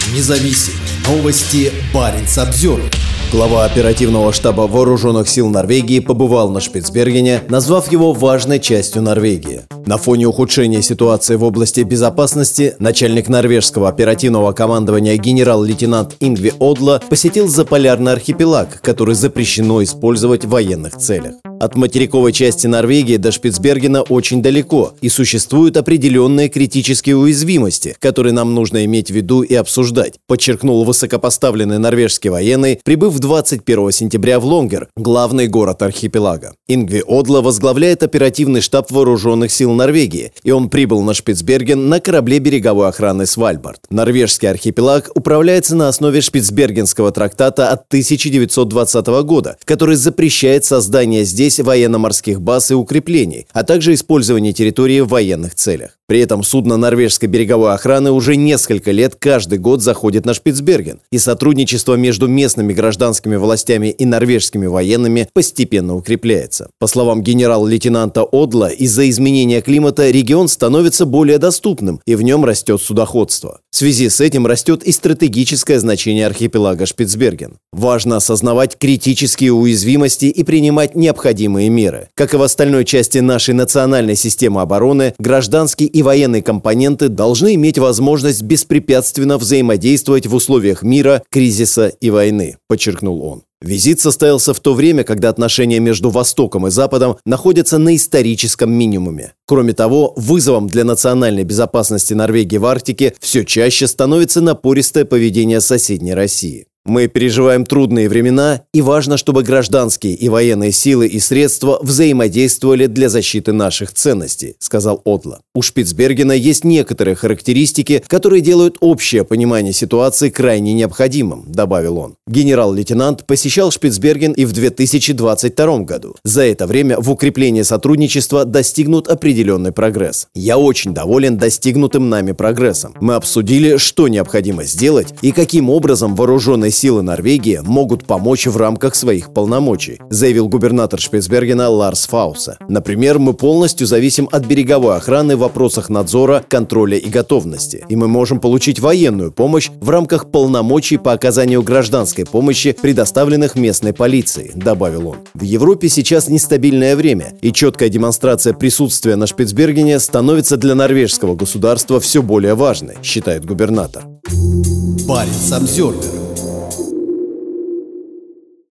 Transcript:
независим. Новости Баренц-Обзервер. Глава оперативного штаба Вооруженных сил Норвегии побывал на Шпицбергене, назвав его важной частью Норвегии. На фоне ухудшения ситуации в области безопасности начальник норвежского оперативного командования генерал-лейтенант Ингви Одла посетил заполярный архипелаг, который запрещено использовать в военных целях. От материковой части Норвегии до Шпицбергена очень далеко, и существуют определенные критические уязвимости, которые нам нужно иметь в виду и обсуждать, подчеркнул высокопоставленный норвежский военный, прибыв 21 сентября в Лонгер, главный город архипелага. Ингви Одла возглавляет оперативный штаб Вооруженных сил Норвегии, и он прибыл на Шпицберген на корабле береговой охраны «Свальбард». Норвежский архипелаг управляется на основе Шпицбергенского трактата от 1920 года, который запрещает создание здесь военно-морских баз и укреплений, а также использование территории в военных целях. При этом судно норвежской береговой охраны уже несколько лет каждый год заходит на Шпицберген, и сотрудничество между местными гражданскими властями и норвежскими военными постепенно укрепляется. По словам генерал-лейтенанта Одла, из-за изменения климата регион становится более доступным, и в нем растет судоходство. В связи с этим растет и стратегическое значение архипелага Шпицберген. Важно осознавать критические уязвимости и принимать необходимые меры. Как и в остальной части нашей национальной системы обороны, гражданские и военные компоненты должны иметь возможность беспрепятственно взаимодействовать в условиях мира, кризиса и войны, подчеркнул он. Визит состоялся в то время, когда отношения между Востоком и Западом находятся на историческом минимуме. Кроме того, вызовом для национальной безопасности Норвегии в Арктике все чаще становится напористое поведение соседней России. Мы переживаем трудные времена, и важно, чтобы гражданские и военные силы и средства взаимодействовали для защиты наших ценностей, сказал Одла. У Шпицбергена есть некоторые характеристики, которые делают общее понимание ситуации крайне необходимым, добавил он. Генерал-лейтенант посещал Шпицберген и в 2022 году. За это время в укреплении сотрудничества достигнут определенный прогресс. Я очень доволен достигнутым нами прогрессом. Мы обсудили, что необходимо сделать и каким образом вооруженные силы Норвегии могут помочь в рамках своих полномочий, заявил губернатор Шпицбергена Ларс Фаусе. Например, мы полностью зависим от береговой охраны в вопросах надзора, контроля и готовности. И мы можем получить военную помощь в рамках полномочий по оказанию гражданской помощи, предоставленных местной полицией, добавил он. В Европе сейчас нестабильное время, и четкая демонстрация присутствия на Шпицбергене становится для норвежского государства все более важной, считает губернатор. Баренц-Обзервер.